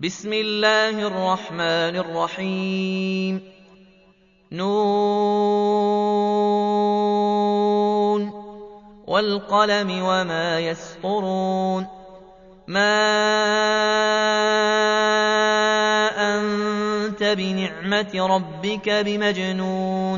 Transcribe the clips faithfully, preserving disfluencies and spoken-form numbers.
بسم الله الرحمن الرحيم نون والقلم وما يسطرون ما أنت بنعمة ربك بمجنون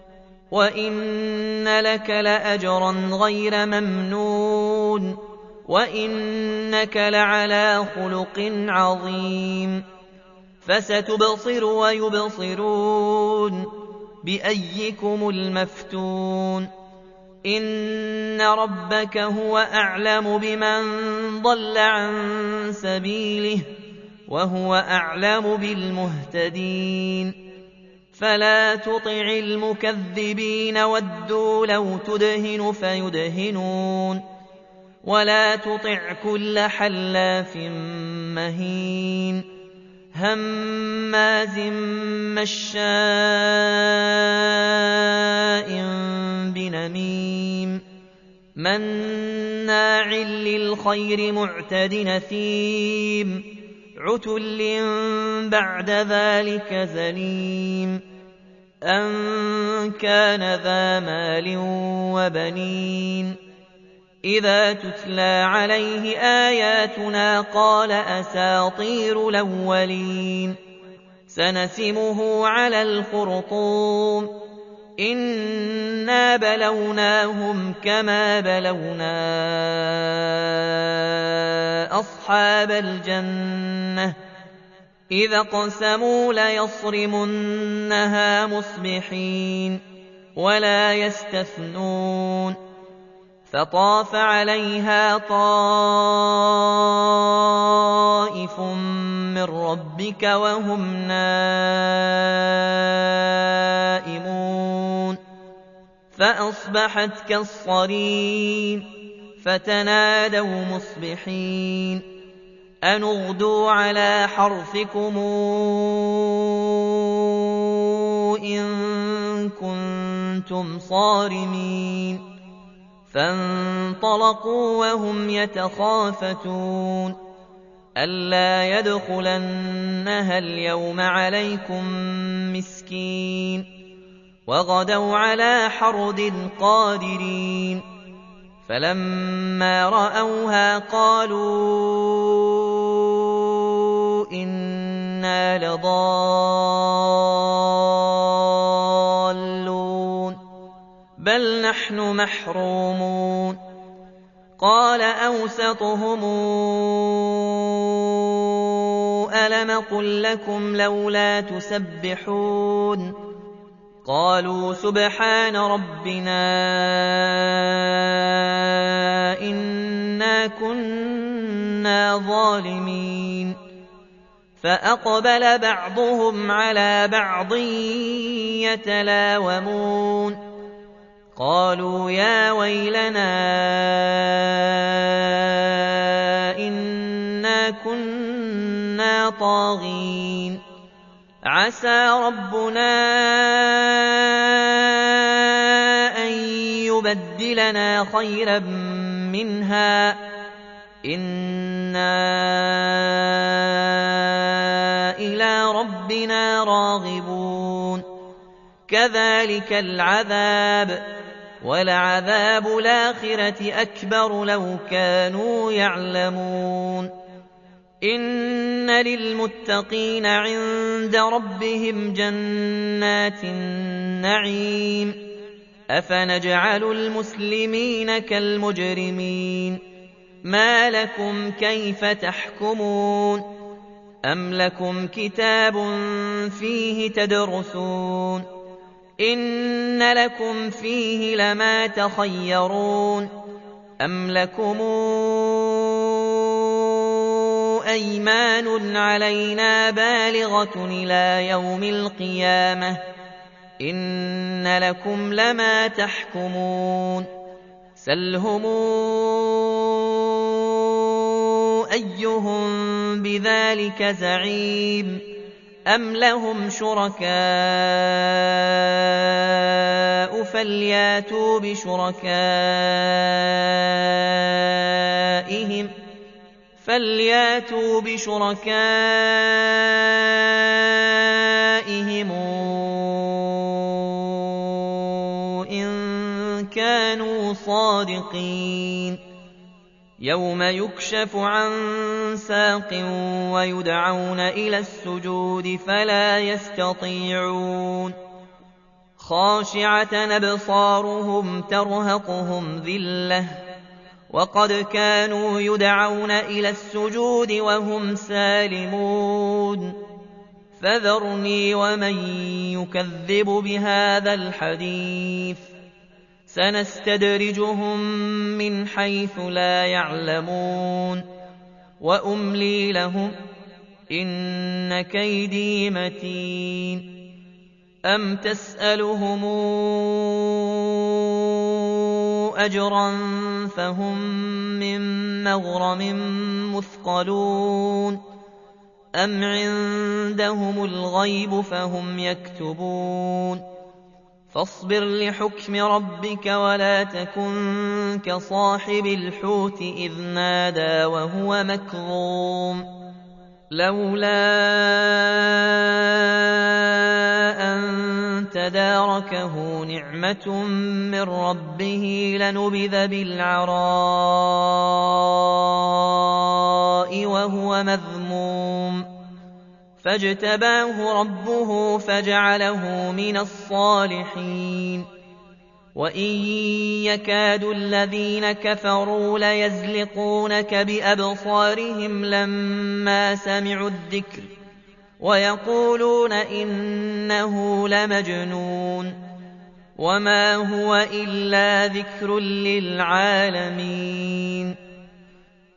وإن لك لأجرا غير ممنون وإنك لعلى خلق عظيم فستبصر ويبصرون بأيكم المفتون إن ربك هو أعلم بمن ضل عن سبيله وهو أعلم بالمهتدين فلا تطع المكذبين ودوا لو تدهن فيدهنون ولا تطع كل حلاف مهين هماز مشاء بنميم مناع للخير معتد نثيم عتل بعد ذلك زنيم أن كان ذا مال وبنين إذا تتلى عليه آياتنا قال أساطير الأولين سنسمه على الخرطوم إنا بلوناهم كما بلونا أصحاب الجنة إذا اقسموا ليصرمنها مصبحين ولا يستثنون فطاف عليها طائف من ربك وهم نائمون فأصبحت كالصريم فتنادوا مصبحين أن اغدوا على حرثكم إن كنتم صارمين فانطلقوا وهم يتخافتون ألا يدخلنها اليوم عليكم مسكين وغدوا على حرد قادرين فلما رأوها قالوا إنا لضالون بل نحن محرومون قال أوسطهم ألم قل لكم لولا تسبحون قالوا سبحان ربنا إنا كنا ظالمين فأقبل بعضهم على بعض يتلاومون قالوا يا ويلنا إنا كنا طاغين عسى ربنا أن يبدلنا خيرا منها إنا إلى ربنا راغبون كذلك العذاب ولعذاب الآخرة أكبر لو كانوا يعلمون إن للمتقين عند ربهم جنات النعيم أفنجعل المسلمين كالمجرمين ما لكم كيف تحكمون أم لكم كتاب فيه تدرسون إن لكم فيه لما تخيرون أم لكم أيمان علينا بالغة إلى يوم القيامة إن لكم لما تحكمون سلهم أيهم بذلك زعيم أم لهم شركاء فلياتوا بشركائهم فلياتوا بشركائهم إن كانوا صادقين يوم يكشف عن ساق ويدعون إلى السجود فلا يستطيعون خاشعة أبصارهم ترهقهم ذلة وقد كانوا يدعون إلى السجود وهم سالمون فذرني ومن يكذب بهذا الحديث سنستدرجهم من حيث لا يعلمون وأملي لهم إن كيدي متين أم تسألهم أجرا فهم من مغرم مثقلون أم عندهم الغيب فهم يكتبون فاصبر لحكم ربك ولا تكن كصاحب الحوت إذ نادى وهو مكظوم لولا أن تداركه نعمة من ربه لنبذ بالعراء وهو مذموم فاجتباه ربه فجعله من الصالحين وإن يكاد الذين كفروا ليزلقونك بأبصارهم لما سمعوا الذكر ويقولون إنه لمجنون وما هو إلا ذكر للعالمين